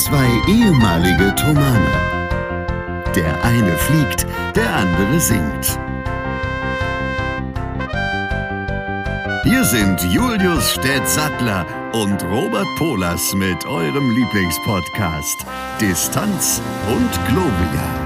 Zwei ehemalige Tomane. Der eine fliegt, der andere singt. Hier sind Julius Städtsattler und Robert Polas mit eurem Lieblingspodcast Distanz und Globia.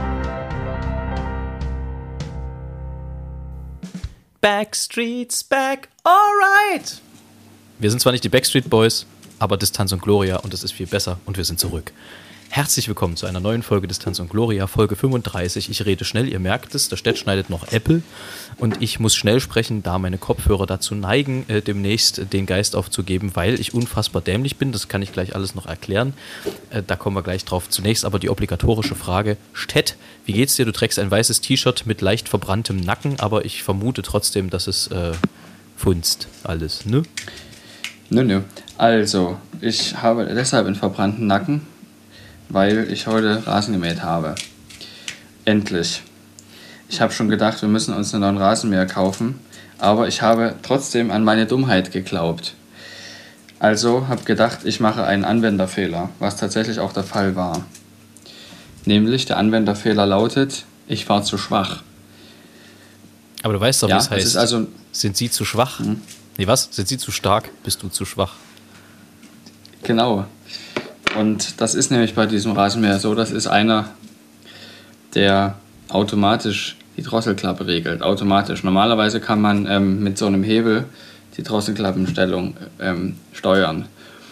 Backstreet's back, alright! Wir sind zwar nicht die Backstreet Boys, aber Distanz und Gloria und es ist viel besser und wir sind zurück. Herzlich willkommen zu einer neuen Folge Distanz und Gloria, Folge 35. Ich rede schnell, ihr merkt es, der Städt schneidet noch Apple und ich muss schnell sprechen, da meine Kopfhörer dazu neigen, demnächst den Geist aufzugeben, weil ich unfassbar dämlich bin. Das kann ich gleich alles noch erklären. Da kommen wir gleich drauf. Zunächst aber die obligatorische Frage. Städt, wie geht's dir? Du trägst ein weißes T-Shirt mit leicht verbranntem Nacken, aber ich vermute trotzdem, dass es funzt alles, ne? Nö. Also, ich habe deshalb einen verbrannten Nacken, weil ich heute Rasen gemäht habe. Endlich. Ich habe schon gedacht, wir müssen uns einen neuen Rasenmäher kaufen, aber ich habe trotzdem an meine Dummheit geglaubt. Also habe gedacht, ich mache einen Anwenderfehler, was tatsächlich auch der Fall war. Nämlich der Anwenderfehler lautet, ich war zu schwach. Aber du weißt doch, wie es heißt. Ist also, sind Sie zu schwach? Nee, was? Sind Sie zu stark? Bist du zu schwach? Genau. Und das ist nämlich bei diesem Rasenmäher so, das ist einer, der automatisch die Drosselklappe regelt. Automatisch. Normalerweise kann man mit so einem Hebel die Drosselklappenstellung steuern.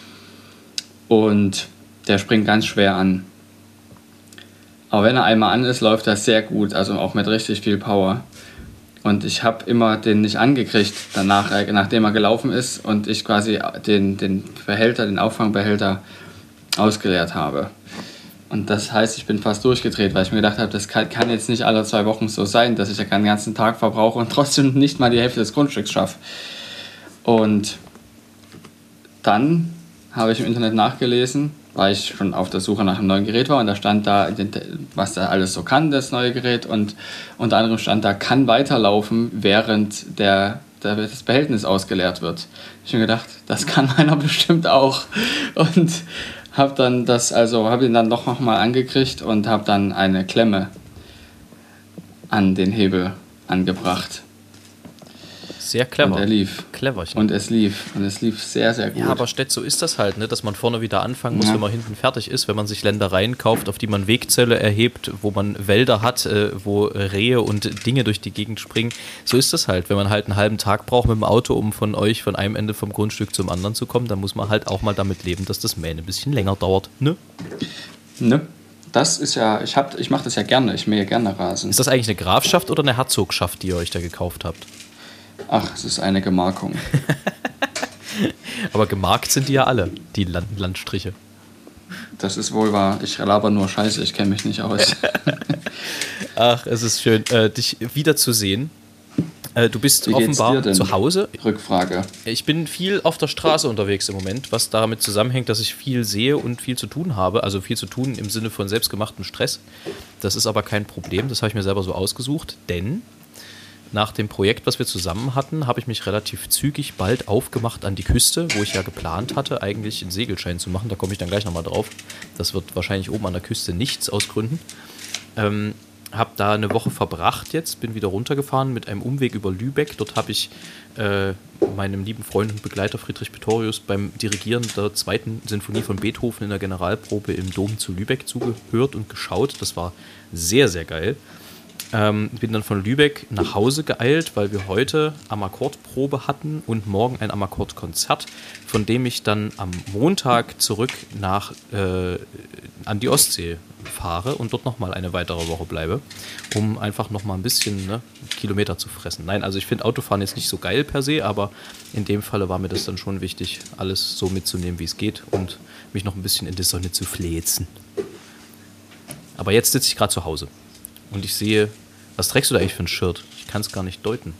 Und der springt ganz schwer an. Aber wenn er einmal an ist, läuft das sehr gut, also auch mit richtig viel Power. Und ich habe immer den nicht angekriegt, danach, nachdem er gelaufen ist und ich quasi den Auffangbehälter ausgeleert habe. Und das heißt, ich bin fast durchgedreht, weil ich mir gedacht habe, das kann jetzt nicht alle 2 Wochen so sein, dass ich ja keinen ganzen Tag verbrauche und trotzdem nicht mal die Hälfte des Grundstücks schaffe. Und dann habe ich im Internet nachgelesen, weil ich schon auf der Suche nach einem neuen Gerät war und da stand da, was da alles so kann, das neue Gerät, und unter anderem stand da, kann weiterlaufen, während das Behältnis ausgeleert wird. Ich habe mir gedacht, das kann meiner bestimmt auch, und habe ihn dann doch nochmal angekriegt und habe dann eine Klemme an den Hebel angebracht. Sehr clever. Und er lief. Cleverchen. Und es lief sehr, sehr gut. Ja, aber Städt, so ist das halt, ne? Dass man vorne wieder anfangen muss, wenn man hinten fertig ist, wenn man sich Ländereien kauft, auf die man Wegzölle erhebt, wo man Wälder hat, wo Rehe und Dinge durch die Gegend springen. So ist das halt. Wenn man halt einen halben Tag braucht mit dem Auto, um von einem Ende vom Grundstück zum anderen zu kommen, dann muss man halt auch mal damit leben, dass das Mähen ein bisschen länger dauert, ne? Ne? Das ist ja, ich mache das ja gerne, ich mähe gerne Rasen. Ist das eigentlich eine Grafschaft oder eine Herzogschaft, die ihr euch da gekauft habt? Ach, es ist eine Gemarkung. Aber gemarkt sind die ja alle, die Landstriche. Das ist wohl wahr. Ich laber nur Scheiße, ich kenne mich nicht aus. Ach, es ist schön, dich wiederzusehen. Du bist offenbar zu Hause. Rückfrage. Ich bin viel auf der Straße unterwegs im Moment, was damit zusammenhängt, dass ich viel sehe und viel zu tun habe. Also viel zu tun im Sinne von selbstgemachtem Stress. Das ist aber kein Problem, das habe ich mir selber so ausgesucht, denn nach dem Projekt, was wir zusammen hatten, habe ich mich relativ zügig bald aufgemacht an die Küste, wo ich ja geplant hatte, eigentlich einen Segelschein zu machen. Da komme ich dann gleich nochmal drauf. Das wird wahrscheinlich oben an der Küste nichts aus Gründen. Habe da eine Woche verbracht jetzt, bin wieder runtergefahren mit einem Umweg über Lübeck. Dort habe ich meinem lieben Freund und Begleiter Friedrich Pretorius beim Dirigieren der 2. Sinfonie von Beethoven in der Generalprobe im Dom zu Lübeck zugehört und geschaut. Das war sehr, sehr geil. Bin dann von Lübeck nach Hause geeilt, weil wir heute Am-Akkord-Probe hatten und morgen ein Am-Akkord-Konzert, von dem ich dann am Montag zurück an die Ostsee fahre und dort nochmal eine weitere Woche bleibe, um einfach nochmal ein bisschen Kilometer zu fressen. Nein, also ich finde Autofahren jetzt nicht so geil per se, aber in dem Falle war mir das dann schon wichtig, alles so mitzunehmen, wie es geht und mich noch ein bisschen in die Sonne zu fläzen. Aber jetzt sitze ich gerade zu Hause. Und ich sehe, was trägst du da eigentlich für ein Shirt? Ich kann es gar nicht deuten.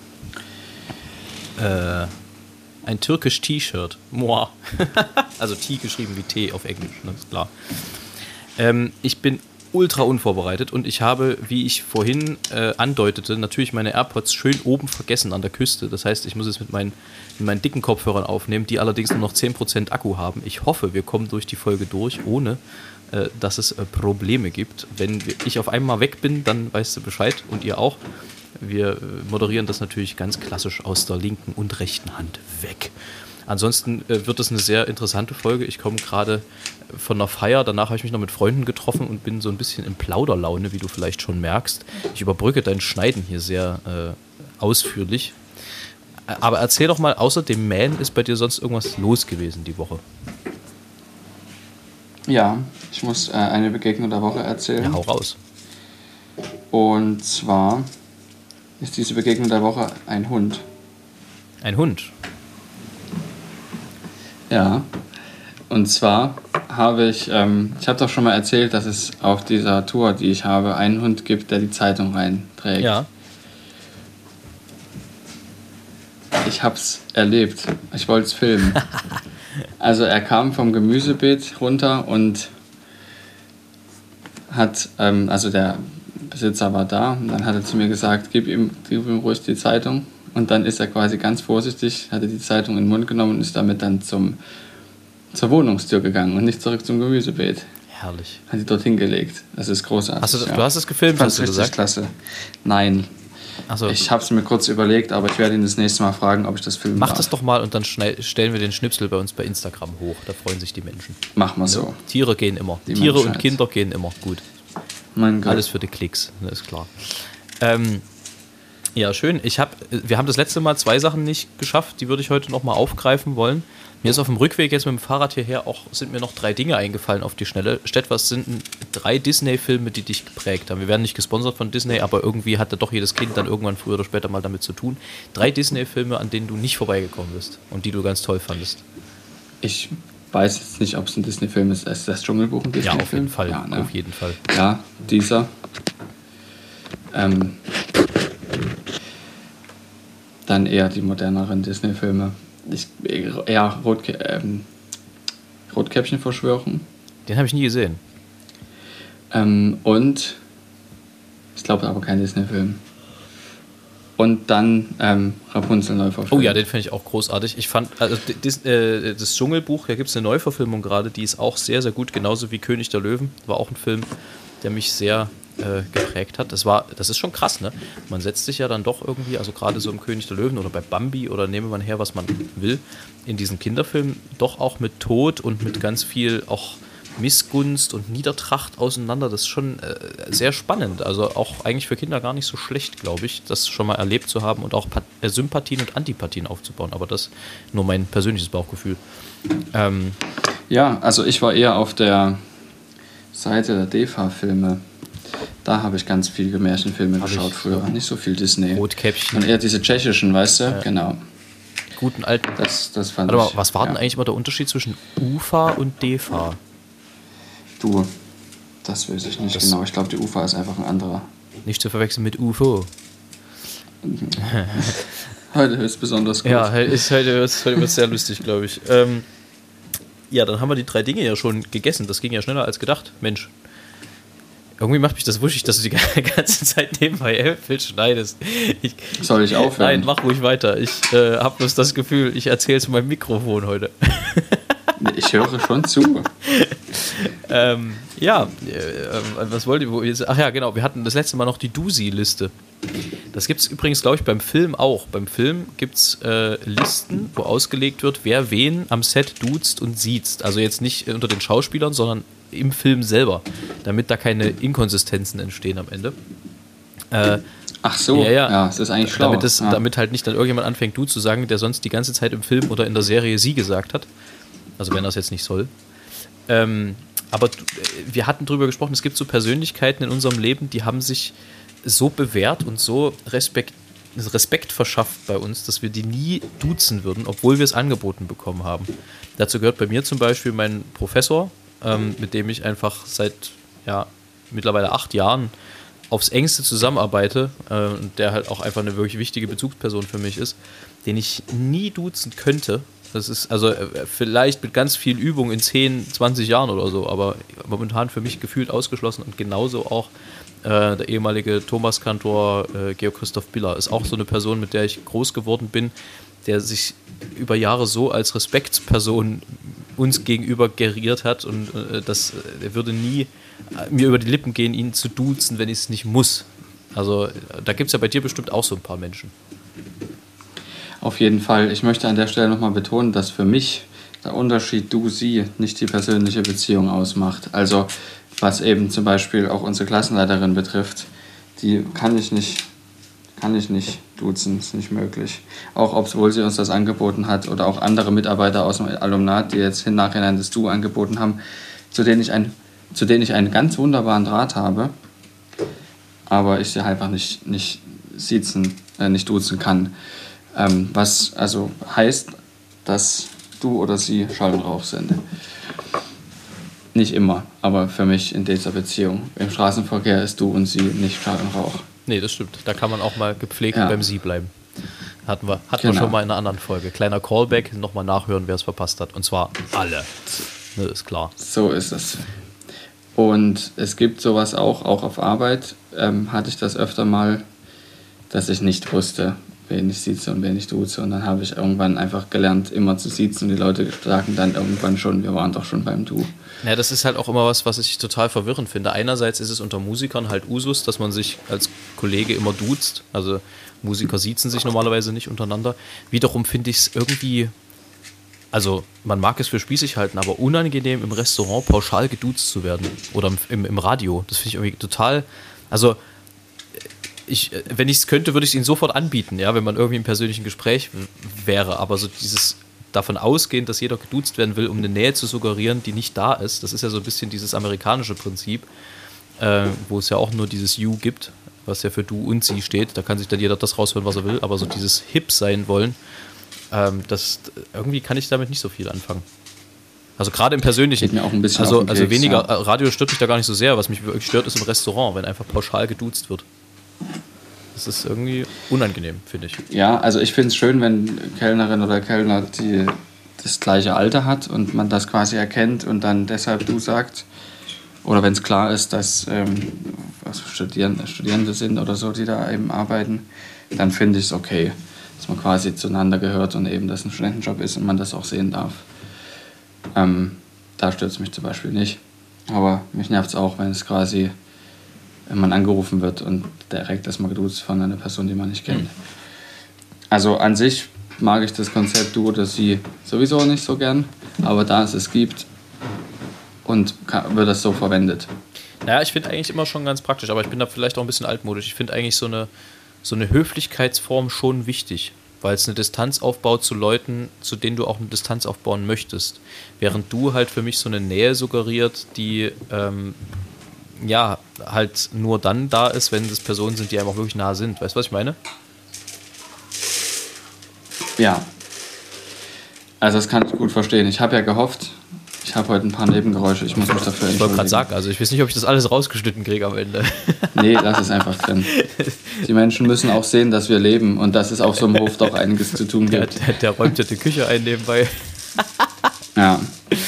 Ein türkisch T-Shirt. Also T geschrieben wie T auf Englisch, ne? Ist klar. Ich bin ultra unvorbereitet und ich habe, wie ich vorhin andeutete, natürlich meine AirPods schön oben vergessen an der Küste. Das heißt, ich muss es mit meinen dicken Kopfhörern aufnehmen, die allerdings nur noch 10% Akku haben. Ich hoffe, wir kommen durch die Folge durch, ohne dass es Probleme gibt. Wenn ich auf einmal weg bin, dann weißt du Bescheid und ihr auch. Wir moderieren das natürlich ganz klassisch aus der linken und rechten Hand weg. Ansonsten wird es eine sehr interessante Folge. Ich komme gerade von einer Feier, danach habe ich mich noch mit Freunden getroffen und bin so ein bisschen in Plauderlaune, wie du vielleicht schon merkst. Ich überbrücke dein Schneiden hier sehr ausführlich. Aber erzähl doch mal, außer dem Man ist bei dir sonst irgendwas los gewesen die Woche? Ja, ich muss eine Begegnung der Woche erzählen. Ja, hau raus. Und zwar ist diese Begegnung der Woche ein Hund. Ein Hund? Ja, und zwar habe ich habe doch schon mal erzählt, dass es auf dieser Tour, die ich habe, einen Hund gibt, der die Zeitung reinträgt. Ja. Ich hab's erlebt. Ich wollte es filmen. Also er kam vom Gemüsebeet runter und hat, also der Besitzer war da und dann hat er zu mir gesagt, gib ihm ruhig die Zeitung. Und dann ist er quasi ganz vorsichtig, hatte die Zeitung in den Mund genommen und ist damit dann zur Wohnungstür gegangen und nicht zurück zum Gemüsebeet. Herrlich. Hat die dorthin gelegt. Das ist großartig. Du hast es gefilmt, hast du gesagt? Klasse. Nein. So. Ich habe es mir kurz überlegt, aber ich werde ihn das nächste Mal fragen, ob ich das filmen darf. Mach das doch mal und dann stellen wir den Schnipsel bei uns bei Instagram hoch. Da freuen sich die Menschen. Machen wir so. Tiere gehen immer. Tiere und Kinder gehen immer. Gut. Mein Gott. Alles für die Klicks, das ist klar. Ja, schön. Wir haben das letzte Mal 2 Sachen nicht geschafft, die würde ich heute nochmal aufgreifen wollen. Mir ist auf dem Rückweg jetzt mit dem Fahrrad hierher sind mir noch 3 Dinge eingefallen auf die Schnelle. Stett, was sind 3 Disney-Filme, die dich geprägt haben? Wir werden nicht gesponsert von Disney, aber irgendwie hatte doch jedes Kind dann irgendwann früher oder später mal damit zu tun. 3 Disney-Filme, an denen du nicht vorbeigekommen bist und die du ganz toll fandest. Ich weiß jetzt nicht, ob es ein Disney-Film ist. Ist das Dschungelbuch ein Disney-Film? Ja, auf jeden Fall. Ja, ne? Auf jeden Fall. Ja, dieser. Dann eher die moderneren Disney-Filme. Eher Rotkäppchen-Verschwörung. Den habe ich nie gesehen. Und ich glaube aber kein Disney-Film. Und dann Rapunzel Neuverfilmung. Oh ja, den finde ich auch großartig. Ich fand, also das Dschungelbuch, da gibt es eine Neuverfilmung gerade, die ist auch sehr, sehr gut, genauso wie König der Löwen. War auch ein Film, der mich sehr geprägt hat. Das ist schon krass, ne? Man setzt sich ja dann doch irgendwie, also gerade so im König der Löwen oder bei Bambi oder nehme man her, was man will, in diesen Kinderfilmen doch auch mit Tod und mit ganz viel auch Missgunst und Niedertracht auseinander. Das ist schon sehr spannend. Also auch eigentlich für Kinder gar nicht so schlecht, glaube ich, das schon mal erlebt zu haben und auch Sympathien und Antipathien aufzubauen. Aber das nur mein persönliches Bauchgefühl. Ja, also ich war eher auf der Seite der DEFA-Filme. Da habe ich ganz viele Märchenfilme geschaut früher. Nicht so viel Disney. Rotkäppchen. Und eher diese tschechischen, weißt du? Ja. Genau. Guten alten. Das fand ich. Aber was war denn eigentlich immer der Unterschied zwischen UFA und DEFA? Du, das weiß ich nicht genau. Ich glaube, die UFA ist einfach ein anderer. Nicht zu verwechseln mit UFO. Heute ist es besonders gut. Ja, heute wird es sehr lustig, glaube ich. Ja, dann haben wir die 3 Dinge ja schon gegessen. Das ging ja schneller als gedacht. Mensch. Irgendwie macht mich das wuschig, dass du die ganze Zeit nebenbei Äpfel schneidest. Soll ich aufhören? Nein, mach ruhig weiter. Ich habe bloß das Gefühl, ich erzähle zu meinem Mikrofon heute. Ich höre schon zu. Was wollte ich jetzt? Ach ja, genau, wir hatten das letzte Mal noch die Dusi-Liste. Das gibt es übrigens, glaube ich, beim Film auch. Beim Film gibt es Listen, wo ausgelegt wird, wer wen am Set duzt und siezt. Also jetzt nicht unter den Schauspielern, sondern im Film selber, damit da keine Inkonsistenzen entstehen am Ende. Ach so, ja, das ist eigentlich schlau. Damit halt nicht dann irgendjemand anfängt, du zu sagen, der sonst die ganze Zeit im Film oder in der Serie sie gesagt hat. Also wenn er es jetzt nicht soll. Aber wir hatten drüber gesprochen, es gibt so Persönlichkeiten in unserem Leben, die haben sich so bewährt und so Respekt verschafft bei uns, dass wir die nie duzen würden, obwohl wir es angeboten bekommen haben. Dazu gehört bei mir zum Beispiel mein Professor, mit dem ich einfach seit mittlerweile 8 Jahren aufs engste zusammenarbeite und der halt auch einfach eine wirklich wichtige Bezugsperson für mich ist, den ich nie duzen könnte, Das ist also vielleicht mit ganz viel Übung in 10, 20 Jahren oder so, aber momentan für mich gefühlt ausgeschlossen und genauso auch der ehemalige Thomas-Kantor Georg Christoph Biller ist auch so eine Person, mit der ich groß geworden bin, der sich über Jahre so als Respektsperson uns gegenüber geriert hat und er würde nie mir über die Lippen gehen, ihn zu duzen, wenn ich es nicht muss. Also da gibt es ja bei dir bestimmt auch so ein paar Menschen. Auf jeden Fall. Ich möchte an der Stelle nochmal betonen, dass für mich der Unterschied du-sie nicht die persönliche Beziehung ausmacht. Also was eben zum Beispiel auch unsere Klassenleiterin betrifft, die kann ich nicht duzen, ist nicht möglich. Auch obwohl sie uns das angeboten hat oder auch andere Mitarbeiter aus dem Alumnat, die jetzt im Nachhinein das Du angeboten haben, zu denen ich einen ganz wunderbaren Draht habe, aber ich sie einfach nicht duzen kann. Was also heißt, dass du oder sie Schall und Rauch sind. Nicht immer, aber für mich in dieser Beziehung. Im Straßenverkehr ist du und sie nicht Schall und Rauch. Nee, das stimmt. Da kann man auch mal gepflegt beim Sie bleiben. Hatten wir schon mal in einer anderen Folge. Kleiner Callback, nochmal nachhören, wer es verpasst hat. Und zwar alle. Ne, ist klar. So ist es. Und es gibt sowas auch auf Arbeit. Hatte ich das öfter mal, dass ich nicht wusste, wen ich sieze und wen ich duze. Und dann habe ich irgendwann einfach gelernt, immer zu siezen. Und die Leute sagen dann irgendwann schon, wir waren doch schon beim Du. Ja, das ist halt auch immer was ich total verwirrend finde. Einerseits ist es unter Musikern halt Usus, dass man sich als Kollege immer duzt. Also Musiker siezen sich normalerweise nicht untereinander. Wiederum finde ich es irgendwie, also man mag es für spießig halten, aber unangenehm im Restaurant pauschal geduzt zu werden. Oder im Radio. Das finde ich irgendwie total, also wenn ich es könnte, würde ich es ihnen sofort anbieten, ja, wenn man irgendwie im persönlichen Gespräch wäre. Aber so dieses davon ausgehend, dass jeder geduzt werden will, um eine Nähe zu suggerieren, die nicht da ist, das ist ja so ein bisschen dieses amerikanische Prinzip, wo es ja auch nur dieses You gibt, was ja für du und sie steht. Da kann sich dann jeder das raushören, was er will. Aber so dieses Hip sein wollen, irgendwie kann ich damit nicht so viel anfangen. Also gerade im Persönlichen. Geht mir auch ein bisschen also auf den Keks, weniger, ja. Radio stört mich da gar nicht so sehr. Was mich wirklich stört, ist im Restaurant, wenn einfach pauschal geduzt wird. Das ist irgendwie unangenehm, finde ich. Ja, also ich finde es schön, wenn Kellnerin oder Kellner das gleiche Alter hat und man das quasi erkennt und dann deshalb du sagt. Oder wenn es klar ist, dass Studierende sind oder so, die da eben arbeiten, dann finde ich es okay, dass man quasi zueinander gehört und eben das ein Studentenjob ist und man das auch sehen darf. Da stört es mich zum Beispiel nicht. Aber mich nervt es auch, wenn man angerufen wird und direkt erstmal geduzt von einer Person, die man nicht kennt. Also an sich mag ich das Konzept du oder sie sowieso nicht so gern, aber da es gibt und wird das so verwendet. Naja, ich finde eigentlich immer schon ganz praktisch, aber ich bin da vielleicht auch ein bisschen altmodisch. Ich finde eigentlich so eine Höflichkeitsform schon wichtig, weil es eine Distanz aufbaut zu Leuten, zu denen du auch eine Distanz aufbauen möchtest. Während du halt für mich so eine Nähe suggeriert, die halt nur dann da ist, wenn das Personen sind, die einem auch wirklich nah sind. Weißt du, was ich meine? Ja. Also das kann ich gut verstehen. Ich habe ja gehofft, ich habe heute ein paar Nebengeräusche, ich muss mich dafür entschuldigen. Ich wollte gerade sagen, also ich weiß nicht, ob ich das alles rausgeschnitten kriege am Ende. Nee, lass es einfach drin. Die Menschen müssen auch sehen, dass wir leben und dass es auf so einem Hof doch einiges zu tun gibt. Der räumt ja die Küche ein nebenbei. Ja.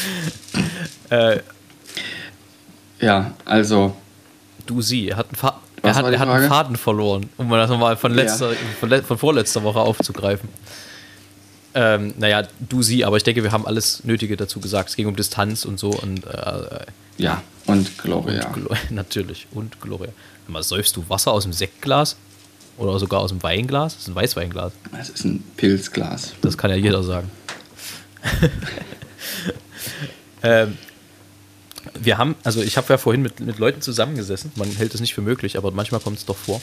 Ja, also. Du, sie. Er hat einen Faden verloren, um das nochmal von vorletzter Woche aufzugreifen. Naja, du, sie, aber ich denke, wir haben alles Nötige dazu gesagt. Es ging um Distanz und so. Und, ja, und Gloria. Natürlich, und Gloria. Mal, säufst du Wasser aus dem Sektglas? Oder sogar aus dem Weinglas? Das ist ein Weißweinglas. Das ist ein Pilzglas. Das kann ja jeder sagen. Ich habe ja vorhin mit Leuten zusammengesessen. Man hält es nicht für möglich, aber manchmal kommt es doch vor.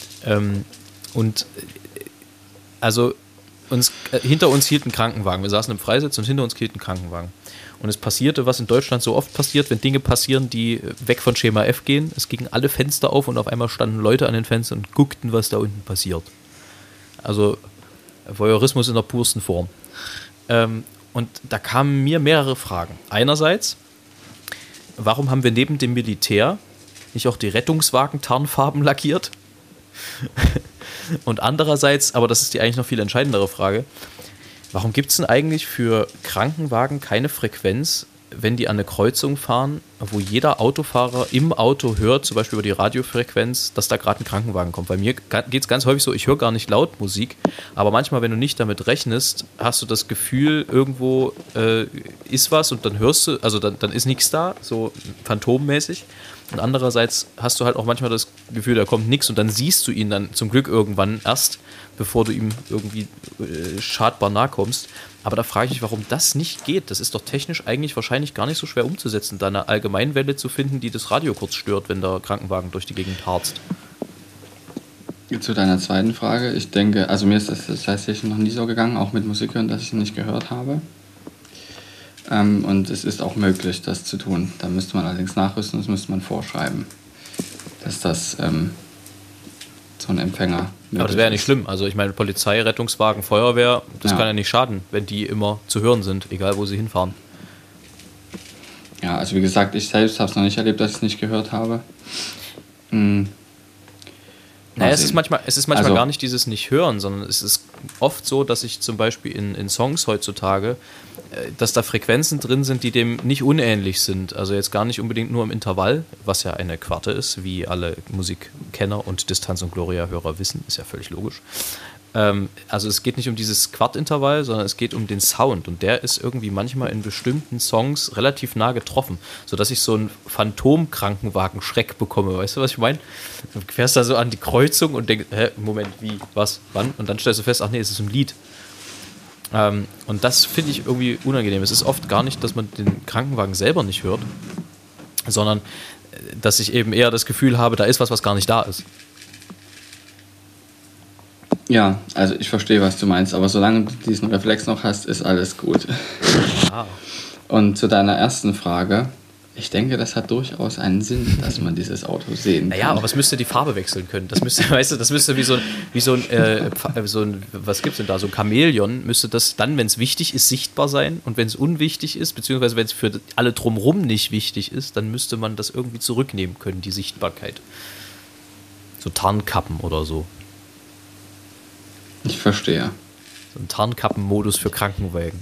Hinter uns hielt ein Krankenwagen. Wir saßen im Freisitz und hinter uns hielt ein Krankenwagen. Und es passierte, was in Deutschland so oft passiert, wenn Dinge passieren, die weg von Schema F gehen. Es gingen alle Fenster auf und auf einmal standen Leute an den Fenstern und guckten, was da unten passiert. Also Voyeurismus in der pursten Form. Und da kamen mir mehrere Fragen. Einerseits, warum haben wir neben dem Militär nicht auch die Rettungswagen tarnfarben lackiert? Und andererseits, aber das ist die eigentlich noch viel entscheidendere Frage, Warum gibt es denn eigentlich für Krankenwagen keine Frequenz, wenn die an eine Kreuzung fahren, wo jeder Autofahrer im Auto hört, zum Beispiel über die Radiofrequenz, dass da gerade ein Krankenwagen kommt? Bei mir geht es ganz häufig so, ich höre gar nicht laut Musik, aber manchmal, wenn du nicht damit rechnest, hast du das Gefühl, irgendwo ist was und dann hörst du, also dann ist nichts da, so phantommäßig. Und andererseits hast du halt auch manchmal das Gefühl, da kommt nichts und dann siehst du ihn dann zum Glück irgendwann erst, bevor du ihm irgendwie schadbar nahe kommst. Aber da frage ich mich, warum das nicht geht. Das ist doch technisch eigentlich wahrscheinlich gar nicht so schwer umzusetzen, da eine Allgemeinwelle zu finden, die das Radio kurz stört, wenn der Krankenwagen durch die Gegend harzt. Zu deiner zweiten Frage. Ich denke, also mir ist das tatsächlich noch nie so gegangen, auch mit Musik hören, dass ich ihn nicht gehört habe. Und es ist auch möglich, das zu tun. Da müsste man allerdings nachrüsten, das müsste man vorschreiben, dass das so ein Empfänger aber das wäre ja nicht schlimm. Also ich meine, Polizei, Rettungswagen, Feuerwehr, das kann ja nicht schaden, wenn die immer zu hören sind, egal wo sie hinfahren. Ja, also wie gesagt, ich selbst habe es noch nicht erlebt, dass ich es nicht gehört habe. Naja, es ist manchmal also, gar nicht dieses Nicht-Hören, sondern es ist oft so, dass ich zum Beispiel in Songs heutzutage, dass da Frequenzen drin sind, die dem nicht unähnlich sind. Also jetzt gar nicht unbedingt nur im Intervall, was ja eine Quarte ist, wie alle Musikkenner und Distanz- und Gloria-Hörer wissen, ist ja völlig logisch. Also es geht nicht um dieses Quartintervall, sondern es geht um den Sound und der ist irgendwie manchmal in bestimmten Songs relativ nah getroffen, sodass ich so einen Phantom-Krankenwagen-Schreck bekomme. Weißt du, was ich meine? Du fährst da so an die Kreuzung und denkst, Moment, wie, was, wann? Und dann stellst du fest, ach nee, es ist ein Lied. Und das finde ich irgendwie unangenehm. Es ist oft gar nicht, dass man den Krankenwagen selber nicht hört, sondern dass ich eben eher das Gefühl habe, da ist was gar nicht da ist. Ja, also ich verstehe, was du meinst, aber solange du diesen Reflex noch hast, ist alles gut. Ah. Und zu deiner ersten Frage, ich denke, das hat durchaus einen Sinn, dass man dieses Auto sehen kann. Naja, aber es müsste die Farbe wechseln können. Das müsste, weißt du, das müsste wie so ein was gibt's denn da, so ein Chamäleon, müsste das dann, wenn es wichtig ist, sichtbar sein und wenn es unwichtig ist, beziehungsweise wenn es für alle drumherum nicht wichtig ist, dann müsste man das irgendwie zurücknehmen können, die Sichtbarkeit. So Tarnkappen oder so. Ich verstehe. So ein Tarnkappenmodus für Krankenwagen.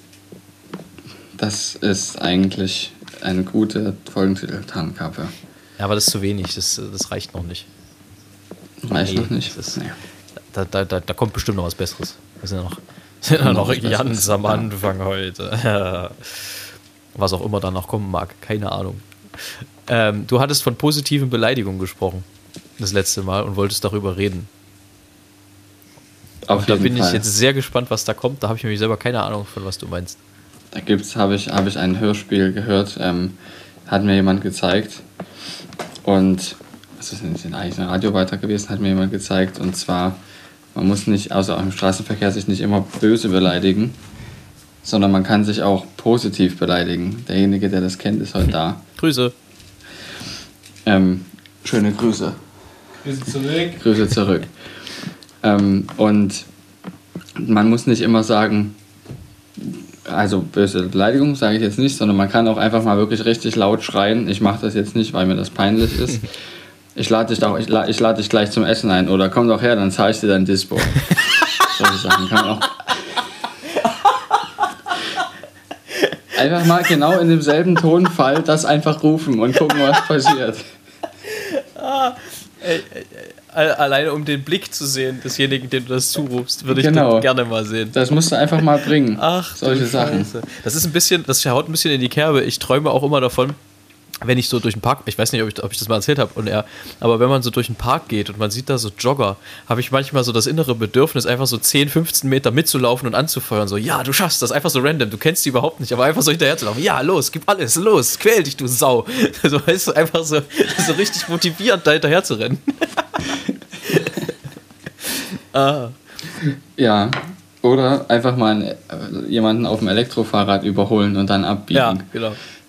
Das ist eigentlich eine gute Folgentitel, Tarnkappe. Ja, aber das ist zu wenig, das reicht noch nicht. Reicht noch nicht? Nee. Da kommt bestimmt noch was Besseres. Wir sind ja noch ganz am Anfang heute. Was auch immer da noch kommen mag, keine Ahnung. Du hattest von positiven Beleidigungen gesprochen, das letzte Mal, und wolltest darüber reden. Auf jeden Fall. Da bin ich jetzt sehr gespannt, was da kommt. Da habe ich nämlich selber keine Ahnung, von was du meinst. Da habe ich ein Hörspiel gehört, hat mir jemand gezeigt. Und das ist eigentlich ein Radio weiter gewesen, hat mir jemand gezeigt. Und zwar, man muss nicht, außer im Straßenverkehr, sich nicht immer böse beleidigen, sondern man kann sich auch positiv beleidigen. Derjenige, der das kennt, ist heute da. Grüße. Schöne Grüße. Grüße zurück. Grüße zurück. Und man muss nicht immer sagen, also böse Beleidigung sage ich jetzt nicht, sondern man kann auch einfach mal wirklich richtig laut schreien. Ich mache das jetzt nicht, weil mir das peinlich ist. Ich lade dich gleich zum Essen ein oder komm doch her, dann zahle ich dir dein Dispo. Solche Sachen kann man auch. Einfach mal genau in demselben Tonfall das einfach rufen und gucken, was passiert. Alleine um den Blick zu sehen, desjenigen, dem du das zurufst, würde ich das gerne mal sehen. Das musst du einfach mal bringen. Ach, solche Sachen. Das ist ein bisschen, das haut ein bisschen in die Kerbe. Ich träume auch immer davon, wenn ich so durch den Park, ich weiß nicht, ob ich das mal erzählt habe, aber wenn man so durch den Park geht und man sieht da so Jogger, habe ich manchmal so das innere Bedürfnis, einfach so 10, 15 Meter mitzulaufen und anzufeuern. So, ja, du schaffst das, einfach so random, du kennst die überhaupt nicht, aber einfach so hinterher zu laufen. Ja, los, gib alles, los, quäl dich, du Sau. So, weißt du, einfach so richtig motivierend, da hinterher zu rennen. Ja, oder einfach mal jemanden auf dem Elektrofahrrad überholen und dann abbiegen. Ja, genau.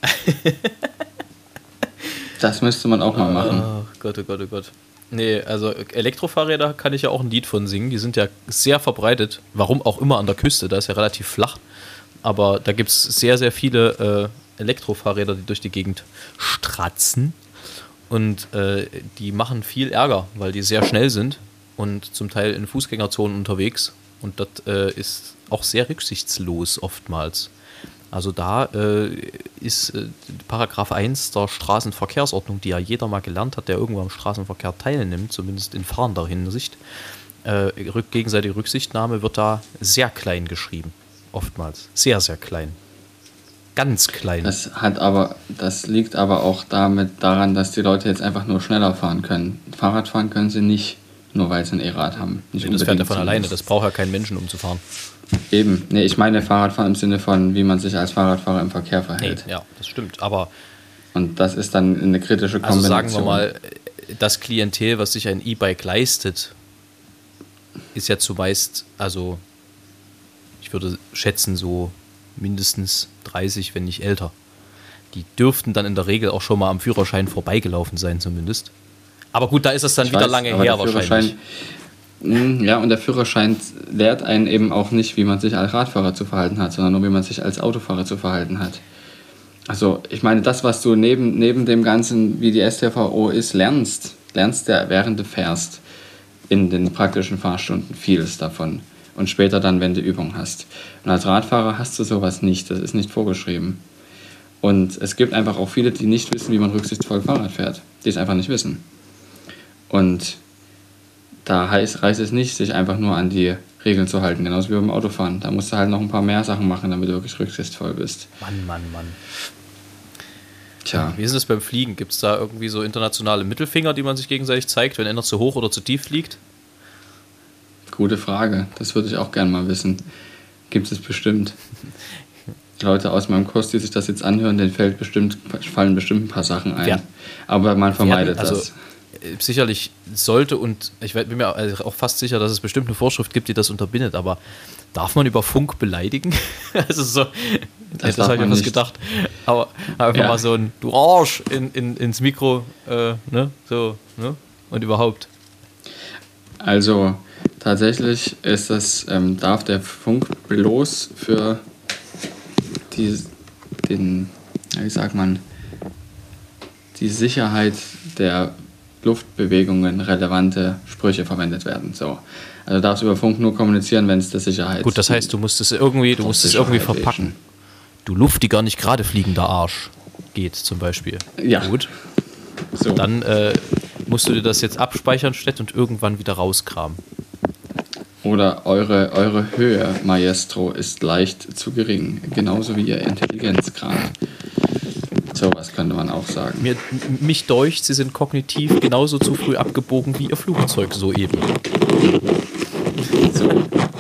Das müsste man auch mal machen. Oh Gott, oh Gott, oh Gott. Nee, also Elektrofahrräder kann ich ja auch ein Lied von singen. Die sind ja sehr verbreitet. Warum auch immer an der Küste, da ist ja relativ flach. Aber da gibt es sehr, sehr viele Elektrofahrräder, die durch die Gegend stratzen. Und die machen viel Ärger, weil die sehr schnell sind und zum Teil in Fußgängerzonen unterwegs Und das ist auch sehr rücksichtslos oftmals. Also da ist Paragraph 1 der Straßenverkehrsordnung, die ja jeder mal gelernt hat, der irgendwo am Straßenverkehr teilnimmt, zumindest in fahrender Hinsicht, gegenseitige Rücksichtnahme wird da sehr klein geschrieben. Oftmals. Sehr, sehr klein. Ganz klein. Das liegt aber auch daran, dass die Leute jetzt einfach nur schneller fahren können. Fahrrad fahren können sie nicht, nur weil sie ein E-Rad haben. Nicht das fährt ja von alleine, das braucht ja keinen Menschen, um zu fahren. Eben, nee, ich meine Fahrradfahren im Sinne von, wie man sich als Fahrradfahrer im Verkehr verhält. Nee, ja, das stimmt, aber... Und das ist dann eine kritische Kombination. Also sagen wir mal, das Klientel, was sich ein E-Bike leistet, ist ja zumeist, also ich würde schätzen so mindestens 30, wenn nicht älter. Die dürften dann in der Regel auch schon mal am Führerschein vorbeigelaufen sein zumindest. Aber gut, da ist es dann wieder lange her wahrscheinlich. Ja, und der Führerschein lehrt einen eben auch nicht, wie man sich als Radfahrer zu verhalten hat, sondern nur, wie man sich als Autofahrer zu verhalten hat. Also ich meine, das, was du neben dem Ganzen, wie die StVO ist, lernst ja, während du fährst, in den praktischen Fahrstunden vieles davon. Und später dann, wenn du Übung hast. Und als Radfahrer hast du sowas nicht, das ist nicht vorgeschrieben. Und es gibt einfach auch viele, die nicht wissen, wie man rücksichtsvoll Fahrrad fährt. Die es einfach nicht wissen. Und da reicht es nicht, sich einfach nur an die Regeln zu halten, genauso wie beim Autofahren. Da musst du halt noch ein paar mehr Sachen machen, damit du wirklich rücksichtsvoll bist. Mann. Tja. Wie ist es beim Fliegen? Gibt es da irgendwie so internationale Mittelfinger, die man sich gegenseitig zeigt, wenn einer zu hoch oder zu tief fliegt? Gute Frage. Das würde ich auch gerne mal wissen. Gibt es bestimmt. Leute aus meinem Kurs, die sich das jetzt anhören, denen fallen bestimmt ein paar Sachen ein. Ja. Aber man vermeidet das. Sicherlich sollte, und ich bin mir auch fast sicher, dass es bestimmt eine Vorschrift gibt, die das unterbindet, aber darf man über Funk beleidigen? Also so, das habe ich mir fast gedacht. Aber einfach mal so ein Du Arsch ins Mikro, ne? So, ne? Und überhaupt. Also tatsächlich ist das, darf der Funk bloß für die Sicherheit der Luftbewegungen relevante Sprüche verwendet werden. So. Also darfst du über Funk nur kommunizieren, wenn es der Sicherheit... Gut, das heißt, du musst es irgendwie verpacken. Wegen. Du luftiger, nicht gerade fliegender Arsch geht zum Beispiel. Ja. Gut. So. Dann musst du dir das jetzt abspeichern, statt und irgendwann wieder rauskramen. Oder eure Höhe, Maestro, ist leicht zu gering. Genauso wie ihr Intelligenzgrad. Sowas könnte man auch sagen. Mich deucht, sie sind kognitiv genauso zu früh abgebogen wie ihr Flugzeug soeben. So.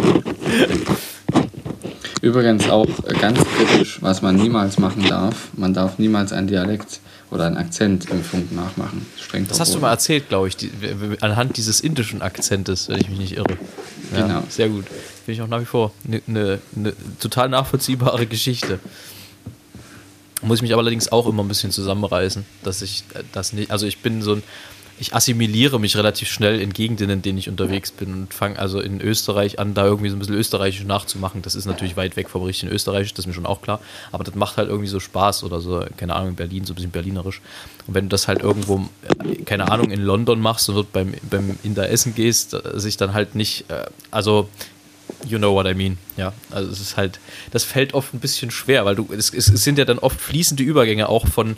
Übrigens auch ganz kritisch, was man niemals machen darf. Man darf niemals einen Dialekt oder einen Akzent im Funk nachmachen. Streng das hast du mal erzählt, glaube ich, anhand dieses indischen Akzentes, wenn ich mich nicht irre. Ja, genau. Sehr gut. Finde ich auch nach wie vor eine total nachvollziehbare Geschichte. Muss ich mich aber allerdings auch immer ein bisschen zusammenreißen, dass ich das nicht, also ich assimiliere mich relativ schnell in Gegenden, in denen ich unterwegs bin und fange also in Österreich an, da irgendwie so ein bisschen österreichisch nachzumachen. Das ist natürlich weit weg vom richtigen Österreichisch, das ist mir schon auch klar, aber das macht halt irgendwie so Spaß oder so, keine Ahnung, in Berlin, so ein bisschen berlinerisch. Und wenn du das halt irgendwo, keine Ahnung, in London machst und dort beim Inder essen gehst, sich dann halt nicht, also you know what I mean, ja, also es ist halt, das fällt oft ein bisschen schwer, weil es sind ja dann oft fließende Übergänge auch von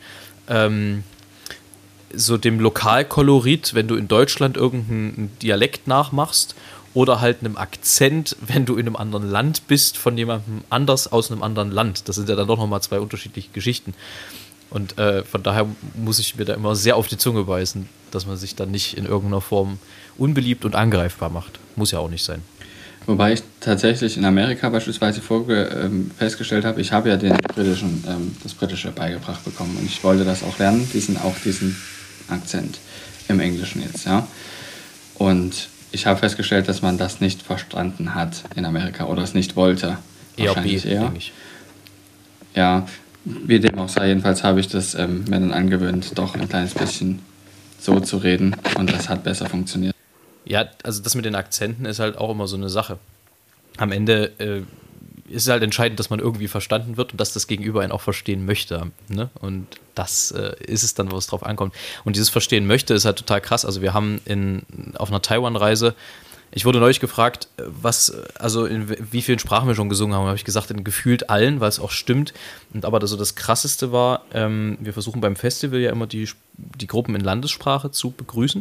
so dem Lokalkolorit, wenn du in Deutschland irgendeinen Dialekt nachmachst oder halt einem Akzent, wenn du in einem anderen Land bist, von jemandem anders aus einem anderen Land. Das sind ja dann doch nochmal zwei unterschiedliche Geschichten. Und von daher muss ich mir da immer sehr auf die Zunge beißen, dass man sich dann nicht in irgendeiner Form unbeliebt und angreifbar macht. Muss ja auch nicht sein. Wobei ich tatsächlich in Amerika beispielsweise festgestellt habe, ich habe ja das Britische beigebracht bekommen und ich wollte das auch lernen, diesen Akzent im Englischen jetzt, ja. Und ich habe festgestellt, dass man das nicht verstanden hat in Amerika oder es nicht wollte. Wahrscheinlich eher. Denke ich. Ja, wie dem auch sei, jedenfalls habe ich das mir dann angewöhnt, doch ein kleines bisschen so zu reden und das hat besser funktioniert. Ja, also das mit den Akzenten ist halt auch immer so eine Sache. Am Ende ist es halt entscheidend, dass man irgendwie verstanden wird und dass das Gegenüber einen auch verstehen möchte. Ne? Und das ist es dann, wo es drauf ankommt. Und dieses Verstehen möchte ist halt total krass. Also wir haben auf einer Taiwan-Reise Ich wurde neulich gefragt, in wie vielen Sprachen wir schon gesungen haben. Da habe ich gesagt, in gefühlt allen, weil es auch stimmt. Und aber das Krasseste war, wir versuchen beim Festival ja immer die Gruppen in Landessprache zu begrüßen.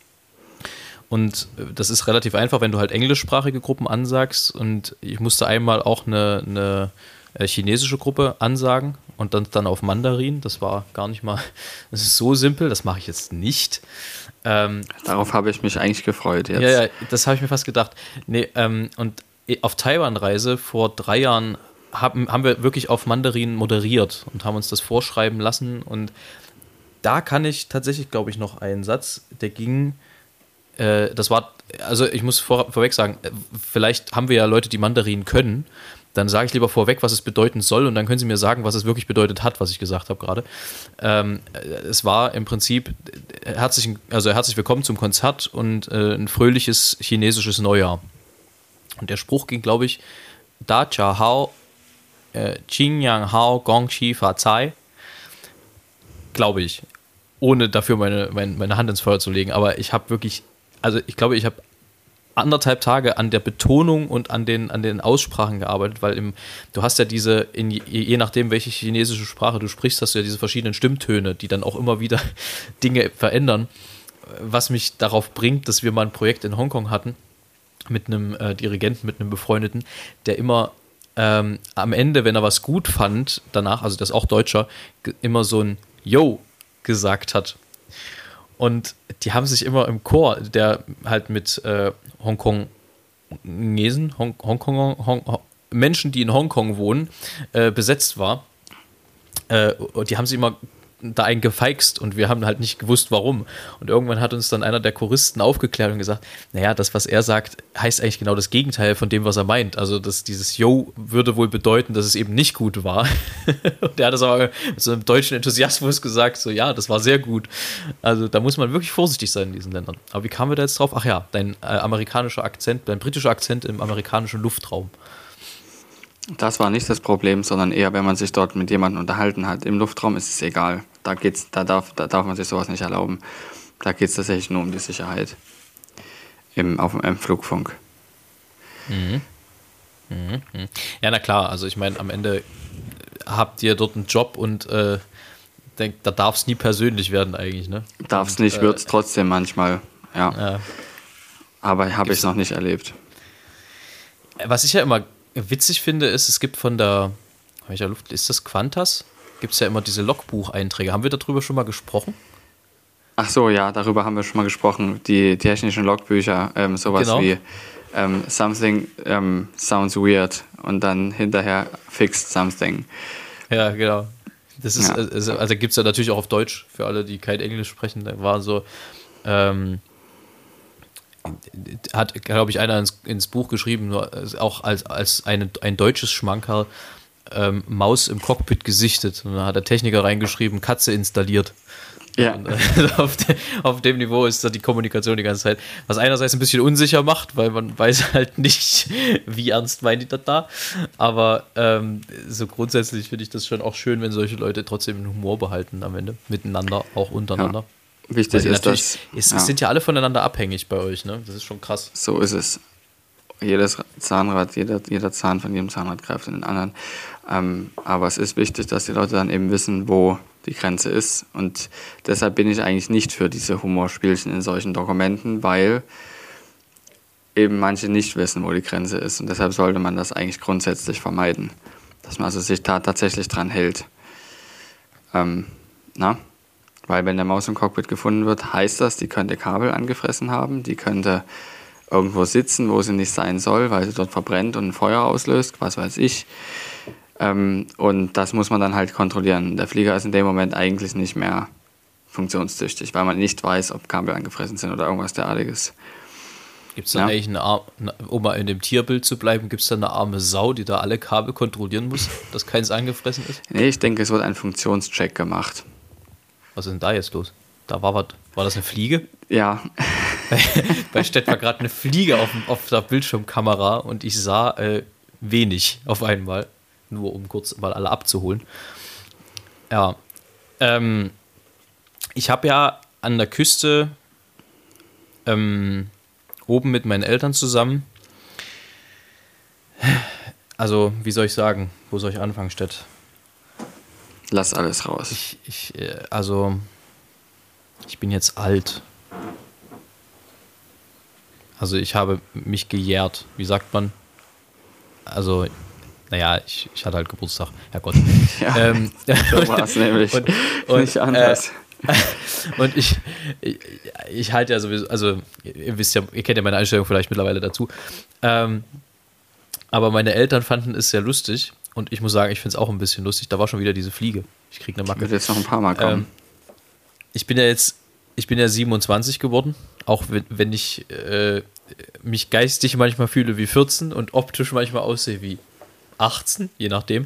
Und das ist relativ einfach, wenn du halt englischsprachige Gruppen ansagst. Und ich musste einmal auch eine chinesische Gruppe ansagen und dann auf Mandarin. Das war gar nicht mal, das ist so simpel, das mache ich jetzt nicht. Darauf habe ich mich eigentlich gefreut jetzt. Ja, das habe ich mir fast gedacht. Nee, und auf Taiwan-Reise vor 3 Jahren haben wir wirklich auf Mandarin moderiert und haben uns das vorschreiben lassen. Und da kann ich tatsächlich, glaube ich, noch einen Satz, der ging. Das war, also ich muss vorweg sagen, vielleicht haben wir ja Leute, die Mandarin können, dann sage ich lieber vorweg, was es bedeuten soll und dann können sie mir sagen, was es wirklich bedeutet hat, was ich gesagt habe gerade. Es war im Prinzip herzlich willkommen zum Konzert und ein fröhliches chinesisches Neujahr. Und der Spruch ging, glaube ich, Da Cha Hao, Qing Yang Hao, Gong Xi Fa Cai, glaube ich, ohne dafür meine Hand ins Feuer zu legen, aber ich habe wirklich, also ich glaube, ich habe 1,5 Tage an der Betonung und an den Aussprachen gearbeitet, weil du hast ja je nachdem, welche chinesische Sprache du sprichst, hast du ja diese verschiedenen Stimmtöne, die dann auch immer wieder Dinge verändern, was mich darauf bringt, dass wir mal ein Projekt in Hongkong hatten mit einem Dirigenten, mit einem Befreundeten, der immer am Ende, wenn er was gut fand, danach, also das ist auch Deutscher, immer so ein Yo gesagt hat. Und die haben sich immer im Chor, der halt mit Hongkongesen, Menschen, die in Hongkong wohnen, besetzt war. Und die haben sich immer da einen gefeixt und wir haben halt nicht gewusst, warum. Und irgendwann hat uns dann einer der Choristen aufgeklärt und gesagt, naja, das, was er sagt, heißt eigentlich genau das Gegenteil von dem, was er meint. Also dieses Yo würde wohl bedeuten, dass es eben nicht gut war. Und der hat das aber mit so einem deutschen Enthusiasmus gesagt, so ja, das war sehr gut. Also da muss man wirklich vorsichtig sein in diesen Ländern. Aber wie kamen wir da jetzt drauf? Ach ja, dein amerikanischer Akzent, dein britischer Akzent im amerikanischen Luftraum. Das war nicht das Problem, sondern eher, wenn man sich dort mit jemandem unterhalten hat. Im Luftraum ist es egal. Da darf man sich sowas nicht erlauben. Da geht es tatsächlich nur um die Sicherheit im Flugfunk. Ja, na klar, also ich meine, am Ende habt ihr dort einen Job und da darf es nie persönlich werden eigentlich, ne? Darf es nicht, wird es trotzdem manchmal, ja. Aber habe ich noch nicht erlebt. Was ich ja immer witzig finde, ist, es gibt von welcher Luft, ist das Qantas? Gibt es ja immer diese Logbucheinträge. Haben wir darüber schon mal gesprochen? Ach so, ja, darüber haben wir schon mal gesprochen. Die technischen Logbücher, sowas genau. Wie something sounds weird und dann hinterher fixed something. Ja, genau. Das ist, also gibt es ja natürlich auch auf Deutsch für alle, die kein Englisch sprechen. Da war so, hat, glaube ich, einer ins Buch geschrieben, nur auch als ein deutsches Schmankerl, Maus im Cockpit gesichtet. Und dann hat der Techniker reingeschrieben, Katze installiert. Ja. Und, auf dem Niveau ist da die Kommunikation die ganze Zeit, was einerseits ein bisschen unsicher macht, weil man weiß halt nicht, wie ernst meint die das da, aber so grundsätzlich finde ich das schon auch schön, wenn solche Leute trotzdem den Humor behalten am Ende, miteinander, auch untereinander. Ja. Wichtig ist das. Es sind ja alle voneinander abhängig bei euch, ne? Das ist schon krass. So ist es. Jedes Zahnrad, jeder Zahn von jedem Zahnrad greift in den anderen. Aber es ist wichtig, dass die Leute dann eben wissen, wo die Grenze ist. Und deshalb bin ich eigentlich nicht für diese Humorspielchen in solchen Dokumenten, weil eben manche nicht wissen, wo die Grenze ist. Und deshalb sollte man das eigentlich grundsätzlich vermeiden. Dass man also sich da tatsächlich dran hält. Weil wenn der Maus im Cockpit gefunden wird, heißt das, die könnte Kabel angefressen haben, die könnte irgendwo sitzen, wo sie nicht sein soll, weil sie dort verbrennt und ein Feuer auslöst, was weiß ich. Und das muss man dann halt kontrollieren. Der Flieger ist in dem Moment eigentlich nicht mehr funktionstüchtig, weil man nicht weiß, ob Kabel angefressen sind oder irgendwas derartiges. Gibt es da eigentlich um mal in dem Tierbild zu bleiben, gibt es da eine arme Sau, die da alle Kabel kontrollieren muss, dass keins angefressen ist? Nee, ich denke, es wird ein Funktionscheck gemacht. Was ist denn da jetzt los? Da war was. War das eine Fliege? Ja. Bei Stett war gerade eine Fliege auf der Bildschirmkamera und ich sah wenig auf einmal. Nur um kurz mal alle abzuholen. Ja. Ich habe ja an der Küste oben mit meinen Eltern zusammen. Also, wie soll ich sagen? Wo soll ich anfangen, Stett? Lass alles raus. Ich bin jetzt alt. Also ich habe mich gejährt. Wie sagt man? Also, naja, ich hatte halt Geburtstag. Herrgott. Ja, so war es nämlich. Und nicht anders. Und ich halte ja sowieso, also ihr wisst ja, ihr kennt ja meine Einstellung vielleicht mittlerweile dazu. Aber meine Eltern fanden es sehr lustig und ich muss sagen, ich finde es auch ein bisschen lustig. Da war schon wieder diese Fliege. Ich kriege eine Macke. Wird jetzt noch ein paar Mal kommen. Ich bin ja 27 geworden, auch wenn ich mich geistig manchmal fühle wie 14 und optisch manchmal aussehe wie 18, je nachdem.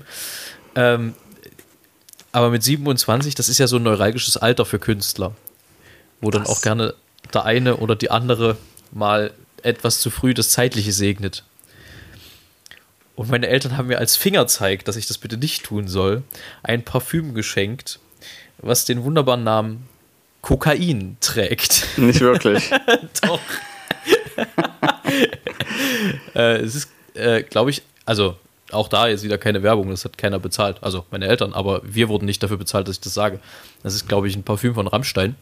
Aber mit 27, das ist ja so ein neuralgisches Alter für Künstler, wo dann auch gerne der eine oder die andere mal etwas zu früh das Zeitliche segnet. Und meine Eltern haben mir als Fingerzeig, dass ich das bitte nicht tun soll, ein Parfüm geschenkt, was den wunderbaren Namen Kokain trägt. Nicht wirklich. Doch. Es ist, glaube ich, also auch da jetzt wieder keine Werbung, das hat keiner bezahlt, also meine Eltern, aber wir wurden nicht dafür bezahlt, dass ich das sage. Das ist, glaube ich, ein Parfüm von Rammstein.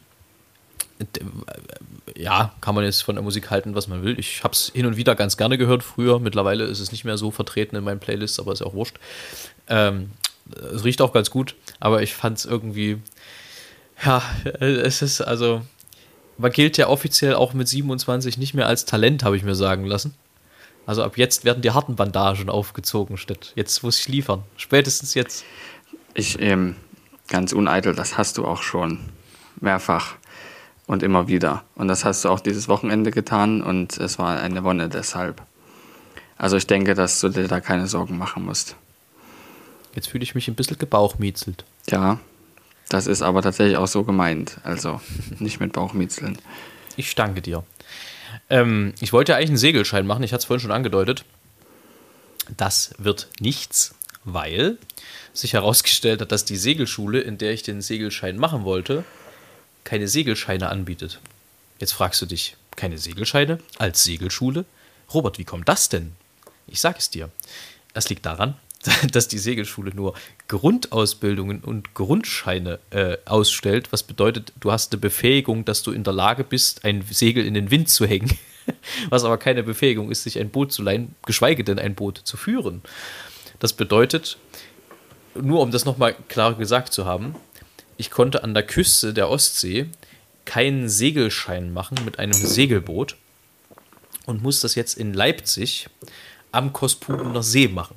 Ja, kann man jetzt von der Musik halten, was man will. Ich habe es hin und wieder ganz gerne gehört früher. Mittlerweile ist es nicht mehr so vertreten in meinen Playlists, aber ist ja auch wurscht. Es riecht auch ganz gut, aber ich fand es irgendwie, ja, es ist also, man gilt ja offiziell auch mit 27 nicht mehr als Talent, habe ich mir sagen lassen. Also ab jetzt werden die harten Bandagen aufgezogen, statt jetzt muss ich liefern. Spätestens jetzt. Ganz uneitel, das hast du auch schon mehrfach und immer wieder. Und das hast du auch dieses Wochenende getan und es war eine Wonne deshalb. Also ich denke, dass du dir da keine Sorgen machen musst. Jetzt fühle ich mich ein bisschen gebauchmietzelt. Ja, das ist aber tatsächlich auch so gemeint. Also nicht mit Bauchmiezeln. Ich danke dir. Ich wollte ja eigentlich einen Segelschein machen, ich hatte es vorhin schon angedeutet. Das wird nichts, weil sich herausgestellt hat, dass die Segelschule, in der ich den Segelschein machen wollte, keine Segelscheine anbietet. Jetzt fragst du dich, keine Segelscheine als Segelschule? Robert, wie kommt das denn? Ich sage es dir. Das liegt daran, dass die Segelschule nur Grundausbildungen und Grundscheine ausstellt, was bedeutet, du hast eine Befähigung, dass du in der Lage bist, ein Segel in den Wind zu hängen, was aber keine Befähigung ist, sich ein Boot zu leihen, geschweige denn ein Boot zu führen. Das bedeutet, nur um das nochmal klar gesagt zu haben, ich konnte an der Küste der Ostsee keinen Segelschein machen mit einem Segelboot und muss das jetzt in Leipzig am Kospudener See machen.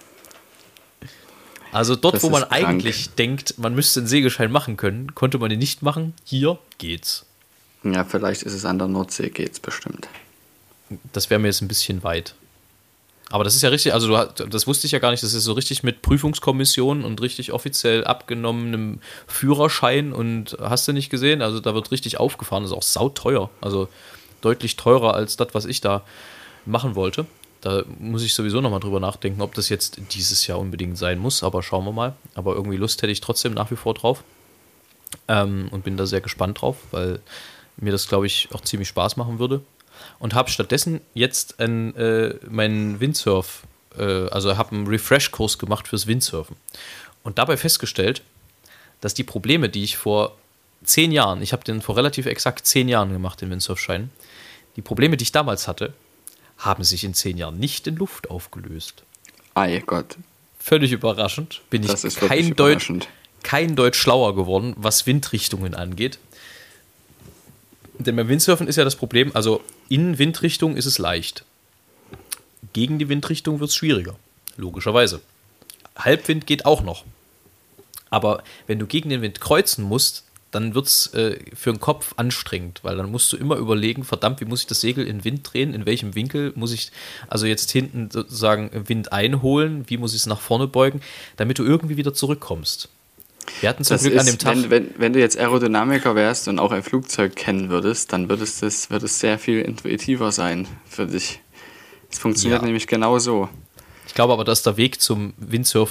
Also dort, Das wo man ist krank. eigentlich denkt, man müsste einen Segelschein machen können, konnte man den nicht machen. Hier geht's. Ja, vielleicht ist es an der Nordsee, geht's bestimmt. Das wäre mir jetzt ein bisschen weit. Aber das ist ja richtig, also das wusste ich ja gar nicht, das ist so richtig mit Prüfungskommission und richtig offiziell abgenommenem Führerschein und hast du nicht gesehen? Also da wird richtig aufgefahren, das ist auch sauteuer. Also deutlich teurer als das, was ich da machen wollte. Da muss ich sowieso nochmal drüber nachdenken, ob das jetzt dieses Jahr unbedingt sein muss, aber schauen wir mal. Aber irgendwie Lust hätte ich trotzdem nach wie vor drauf und bin da sehr gespannt drauf, weil mir das, glaube ich, auch ziemlich Spaß machen würde. Und habe stattdessen jetzt meinen Windsurf, also habe einen Refresh-Kurs gemacht fürs Windsurfen. Und dabei festgestellt, dass die Probleme, die ich vor 10 Jahren, ich habe den vor relativ exakt 10 Jahren gemacht, den Windsurfschein, die Probleme, die ich damals hatte, haben sich in 10 Jahren nicht in Luft aufgelöst. Ei Gott, Völlig überraschend. Bin das ich ist wirklich überraschend. kein Deut schlauer geworden, was Windrichtungen angeht. Denn beim Windsurfen ist ja das Problem, also in Windrichtung ist es leicht. Gegen die Windrichtung wird es schwieriger, logischerweise. Halbwind geht auch noch. Aber wenn du gegen den Wind kreuzen musst, dann wird es für den Kopf anstrengend, weil dann musst du immer überlegen, verdammt, wie muss ich das Segel in den Wind drehen, in welchem Winkel muss ich also jetzt hinten sozusagen Wind einholen, wie muss ich es nach vorne beugen, damit du irgendwie wieder zurückkommst. Wir hatten zum Glück an dem Tag... Wenn du jetzt Aerodynamiker wärst und auch ein Flugzeug kennen würdest, dann würde es sehr viel intuitiver sein für dich. Es funktioniert nämlich genau so. Ich glaube aber, dass der Weg zum Windsurfen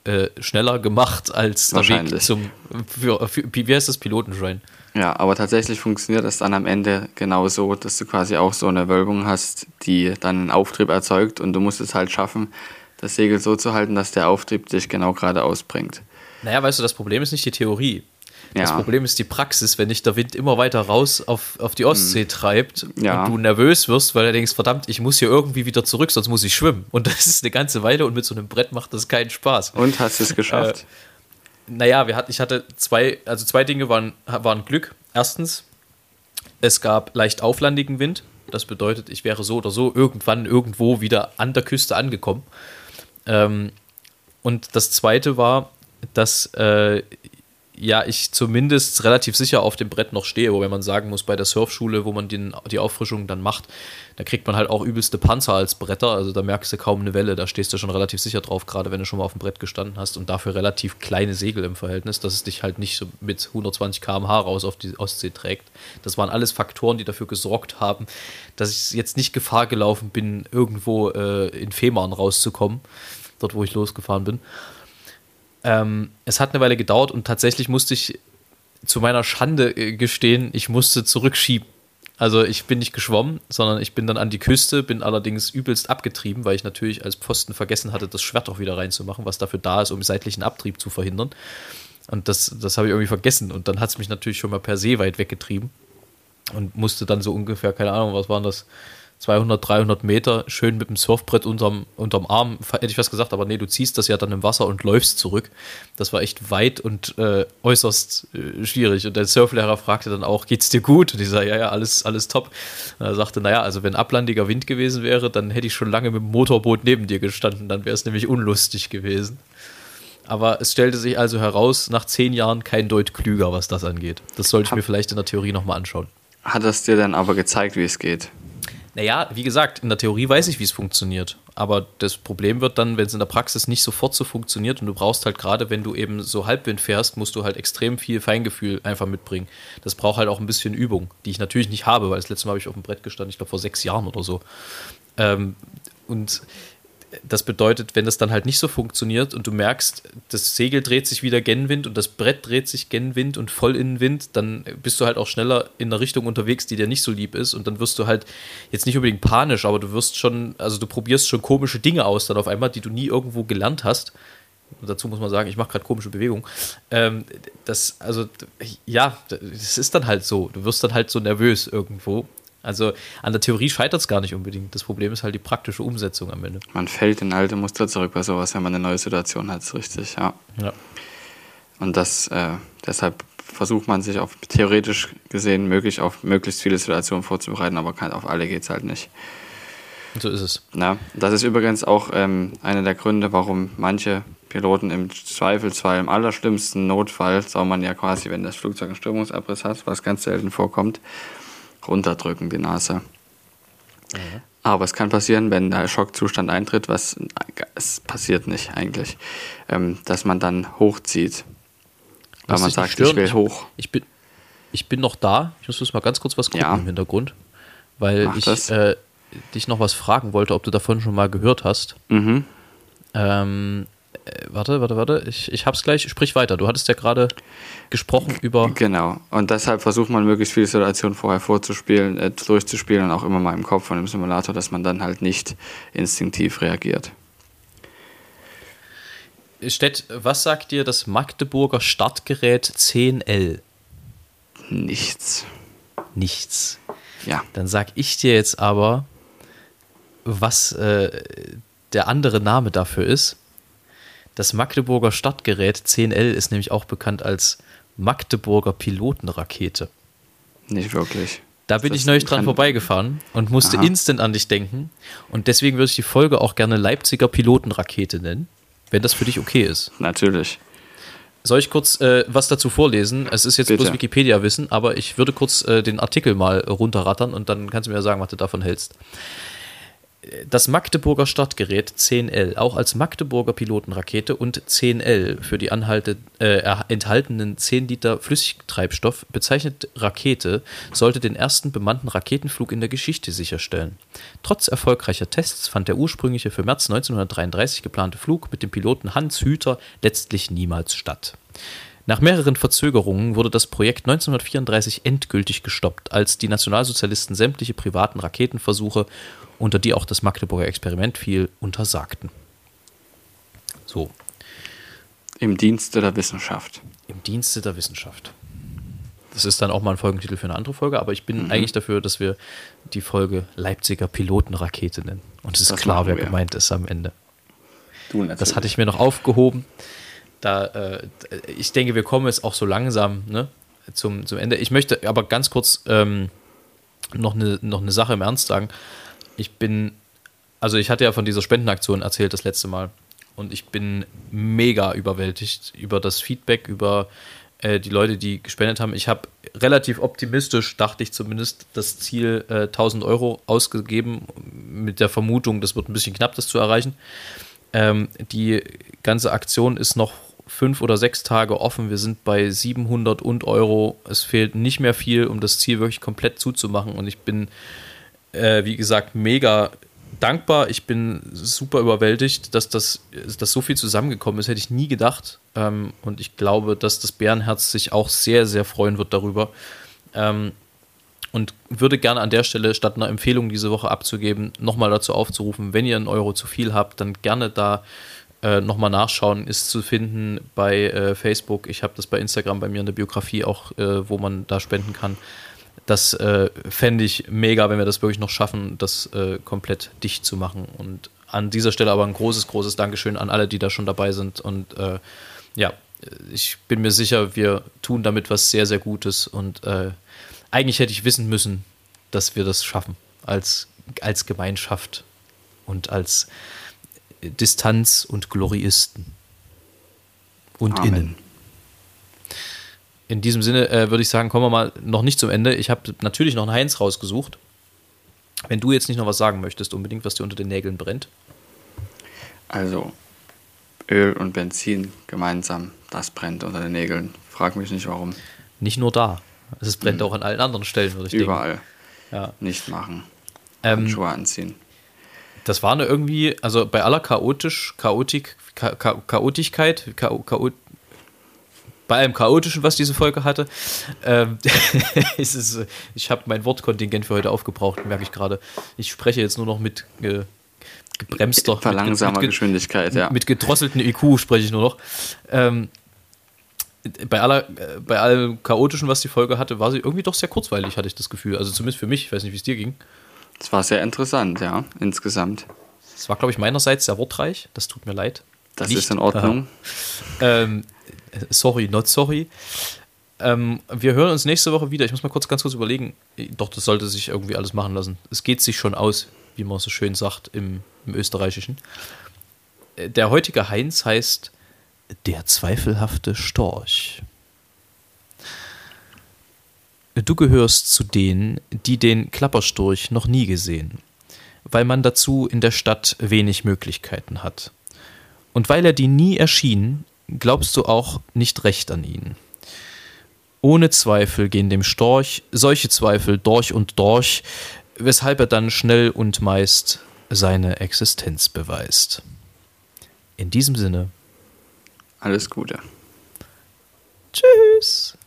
schneller gemacht als der Weg zum, wie heißt das, Pilotenschein. Ja, aber tatsächlich funktioniert das dann am Ende genau so, dass du quasi auch so eine Wölbung hast, die dann einen Auftrieb erzeugt und du musst es halt schaffen, das Segel so zu halten, dass der Auftrieb dich genau geradeaus bringt. Naja, weißt du, das Problem ist nicht die Theorie. Das Ja. Problem ist die Praxis, wenn dich der Wind immer weiter raus auf die Ostsee treibt Ja. und du nervös wirst, weil du denkst, verdammt, ich muss hier irgendwie wieder zurück, sonst muss ich schwimmen. Und das ist eine ganze Weile und mit so einem Brett macht das keinen Spaß. Und hast es geschafft? Naja, ich hatte zwei Dinge waren Glück. Erstens, es gab leicht auflandigen Wind. Das bedeutet, ich wäre so oder so irgendwann irgendwo wieder an der Küste angekommen. Und das Zweite war, dass ich zumindest relativ sicher auf dem Brett noch stehe, wobei man sagen muss, bei der Surfschule, wo man die Auffrischung dann macht, da kriegt man halt auch übelste Panzer als Bretter, also da merkst du kaum eine Welle, da stehst du schon relativ sicher drauf, gerade wenn du schon mal auf dem Brett gestanden hast und dafür relativ kleine Segel im Verhältnis, dass es dich halt nicht so mit 120 km/h raus auf die Ostsee trägt. Das waren alles Faktoren, die dafür gesorgt haben, dass ich jetzt nicht Gefahr gelaufen bin, irgendwo in Fehmarn rauszukommen, dort wo ich losgefahren bin. Es hat eine Weile gedauert und tatsächlich musste ich zu meiner Schande gestehen, ich musste zurückschieben. Also ich bin nicht geschwommen, sondern ich bin dann an die Küste, bin allerdings übelst abgetrieben, weil ich natürlich als Pfosten vergessen hatte, das Schwert auch wieder reinzumachen, was dafür da ist, um seitlichen Abtrieb zu verhindern. Und das habe ich irgendwie vergessen und dann hat es mich natürlich schon mal per se weit weggetrieben und musste dann so ungefähr, keine Ahnung, was waren das, 200, 300 Meter schön mit dem Surfbrett unterm Arm, hätte ich was gesagt, aber nee, du ziehst das ja dann im Wasser und läufst zurück. Das war echt weit und äußerst schwierig. Und der Surflehrer fragte dann auch, geht's dir gut? Und ich sage, ja, alles top. Und er sagte, naja, also wenn ablandiger Wind gewesen wäre, dann hätte ich schon lange mit dem Motorboot neben dir gestanden, dann wäre es nämlich unlustig gewesen. Aber es stellte sich also heraus, nach 10 Jahren kein Deut klüger, was das angeht. Das sollte ich mir vielleicht in der Theorie nochmal anschauen. Hat das dir dann aber gezeigt, wie es geht? Naja, wie gesagt, in der Theorie weiß ich, wie es funktioniert. Aber das Problem wird dann, wenn es in der Praxis nicht sofort so funktioniert und du brauchst halt gerade, wenn du eben so Halbwind fährst, musst du halt extrem viel Feingefühl einfach mitbringen. Das braucht halt auch ein bisschen Übung, die ich natürlich nicht habe, weil das letzte Mal habe ich auf dem Brett gestanden, ich glaube vor 6 Jahren oder so. Und das bedeutet, wenn das dann halt nicht so funktioniert und du merkst, das Segel dreht sich wieder gen Wind und das Brett dreht sich gen Wind und voll in den Wind, dann bist du halt auch schneller in eine Richtung unterwegs, die dir nicht so lieb ist und dann wirst du halt jetzt nicht unbedingt panisch, aber du wirst schon, also du probierst schon komische Dinge aus dann auf einmal, die du nie irgendwo gelernt hast. Und dazu muss man sagen, ich mache gerade komische Bewegungen. Das ist dann halt so. Du wirst dann halt so nervös irgendwo. Also an der Theorie scheitert es gar nicht unbedingt. Das Problem ist halt die praktische Umsetzung am Ende. Man fällt in alte Muster zurück bei sowas, wenn man eine neue Situation hat, ist richtig, ja. Und deshalb versucht man sich auf theoretisch gesehen auf möglichst viele Situationen vorzubereiten, aber auf alle geht es halt nicht. Und so ist es. Ja, das ist übrigens auch einer der Gründe, warum manche Piloten im Zweifelsfall, im allerschlimmsten Notfall, soll man ja quasi, wenn das Flugzeug einen Strömungsabriss hat, was ganz selten vorkommt, runterdrücken die Nase. Ja. Aber es kann passieren, wenn der Schockzustand eintritt, es passiert nicht eigentlich, dass man dann hochzieht. Weil man sagt, ich will hoch. Ich bin noch da. Ich muss mal ganz kurz was gucken im Hintergrund. Weil ich dich noch was fragen wollte, ob du davon schon mal gehört hast. Mhm. Warte. Ich hab's gleich. Sprich weiter. Du hattest ja gerade gesprochen über... Genau. Und deshalb versucht man, möglichst viele Situationen vorher durchzuspielen und auch immer mal im Kopf von dem Simulator, dass man dann halt nicht instinktiv reagiert. Was sagt dir das Magdeburger Startgerät 10L? Nichts. Ja. Dann sag ich dir jetzt aber, was der andere Name dafür ist. Das Magdeburger Startgerät 10L ist nämlich auch bekannt als Magdeburger Pilotenrakete. Nicht wirklich. Da bin ich neulich dran vorbeigefahren und musste instant an dich denken. Und deswegen würde ich die Folge auch gerne Leipziger Pilotenrakete nennen, wenn das für dich okay ist. Natürlich. Soll ich kurz was dazu vorlesen? Es ist jetzt bloß Wikipedia-Wissen, aber ich würde kurz den Artikel mal runterrattern und dann kannst du mir ja sagen, was du davon hältst. Das Magdeburger Startgerät 10L, auch als Magdeburger Pilotenrakete und 10L für die enthaltenen 10 Liter Flüssigtreibstoff bezeichnete Rakete, sollte den ersten bemannten Raketenflug in der Geschichte sicherstellen. Trotz erfolgreicher Tests fand der ursprüngliche für März 1933 geplante Flug mit dem Piloten Hans Hüter letztlich niemals statt. Nach mehreren Verzögerungen wurde das Projekt 1934 endgültig gestoppt, als die Nationalsozialisten sämtliche privaten Raketenversuche, unter die auch das Magdeburger Experiment fiel, untersagten. So. Im Dienste der Wissenschaft. Im Dienste der Wissenschaft. Das ist dann auch mal ein Folgentitel für eine andere Folge, aber ich bin eigentlich dafür, dass wir die Folge Leipziger Pilotenrakete nennen. Und es ist klar, wer gemeint ist am Ende. Du natürlich. Das hatte ich mir noch aufgehoben. Ich denke, wir kommen jetzt auch so langsam, ne, zum Ende. Ich möchte aber ganz kurz noch eine Sache im Ernst sagen. Ich hatte ja von dieser Spendenaktion erzählt das letzte Mal und ich bin mega überwältigt über das Feedback, über die Leute, die gespendet haben. Ich habe relativ optimistisch, dachte ich zumindest, das Ziel 1.000 Euro ausgegeben, mit der Vermutung, das wird ein bisschen knapp, das zu erreichen. Die ganze Aktion ist noch 5 oder 6 Tage offen. Wir sind bei 700 Euro. Es fehlt nicht mehr viel, um das Ziel wirklich komplett zuzumachen. Und ich bin, wie gesagt, mega dankbar. Ich bin super überwältigt, dass so viel zusammengekommen ist. Hätte ich nie gedacht. Und ich glaube, dass das Bärenherz sich auch sehr, sehr freuen wird darüber. Und würde gerne an der Stelle, statt einer Empfehlung diese Woche abzugeben, nochmal dazu aufzurufen, wenn ihr 1 Euro zu viel habt, dann gerne da nochmal nachschauen. Ist zu finden bei Facebook. Ich habe das bei Instagram bei mir in der Biografie auch, wo man da spenden kann. Das fände ich mega, wenn wir das wirklich noch schaffen, das komplett dicht zu machen. Und an dieser Stelle aber ein großes, großes Dankeschön an alle, die da schon dabei sind. Und ich bin mir sicher, wir tun damit was sehr, sehr Gutes. Und eigentlich hätte ich wissen müssen, dass wir das schaffen. Als Gemeinschaft und als Distanz und Gloristen. Und Amen. Innen. In diesem Sinne würde ich sagen, kommen wir mal noch nicht zum Ende. Ich habe natürlich noch einen Heinz rausgesucht. Wenn du jetzt nicht noch was sagen möchtest, unbedingt, was dir unter den Nägeln brennt. Also, Öl und Benzin gemeinsam, das brennt unter den Nägeln. Frag mich nicht, warum. Nicht nur da. Es brennt auch an allen anderen Stellen, würde ich denken. Überall. Ja. Nicht machen. Schuhe anziehen. Das war irgendwie, also bei aller Chaotikkeit, bei allem Chaotischen, was diese Folge hatte, ich habe mein Wortkontingent für heute aufgebraucht, merke ich gerade. Ich spreche jetzt nur noch mit gebremster, verlangsamer Geschwindigkeit, ja. Mit gedrosselten IQ spreche ich nur noch. Bei allem Chaotischen, was die Folge hatte, war sie irgendwie doch sehr kurzweilig, hatte ich das Gefühl. Also zumindest für mich, ich weiß nicht, wie es dir ging. Es war sehr interessant, ja, insgesamt. Es war, glaube ich, meinerseits sehr wortreich. Das tut mir leid. Das ist in Ordnung. Sorry, not sorry. Wir hören uns nächste Woche wieder. Ich muss mal ganz kurz überlegen. Doch, das sollte sich irgendwie alles machen lassen. Es geht sich schon aus, wie man so schön sagt im Österreichischen. Der heutige Heinz heißt Der zweifelhafte Storch. Du gehörst zu denen, die den Klapperstorch noch nie gesehen, weil man dazu in der Stadt wenig Möglichkeiten hat. Und weil er dir nie erschien, glaubst du auch nicht recht an ihn. Ohne Zweifel gehen dem Storch solche Zweifel durch und durch, weshalb er dann schnell und meist seine Existenz beweist. In diesem Sinne. Alles Gute. Tschüss.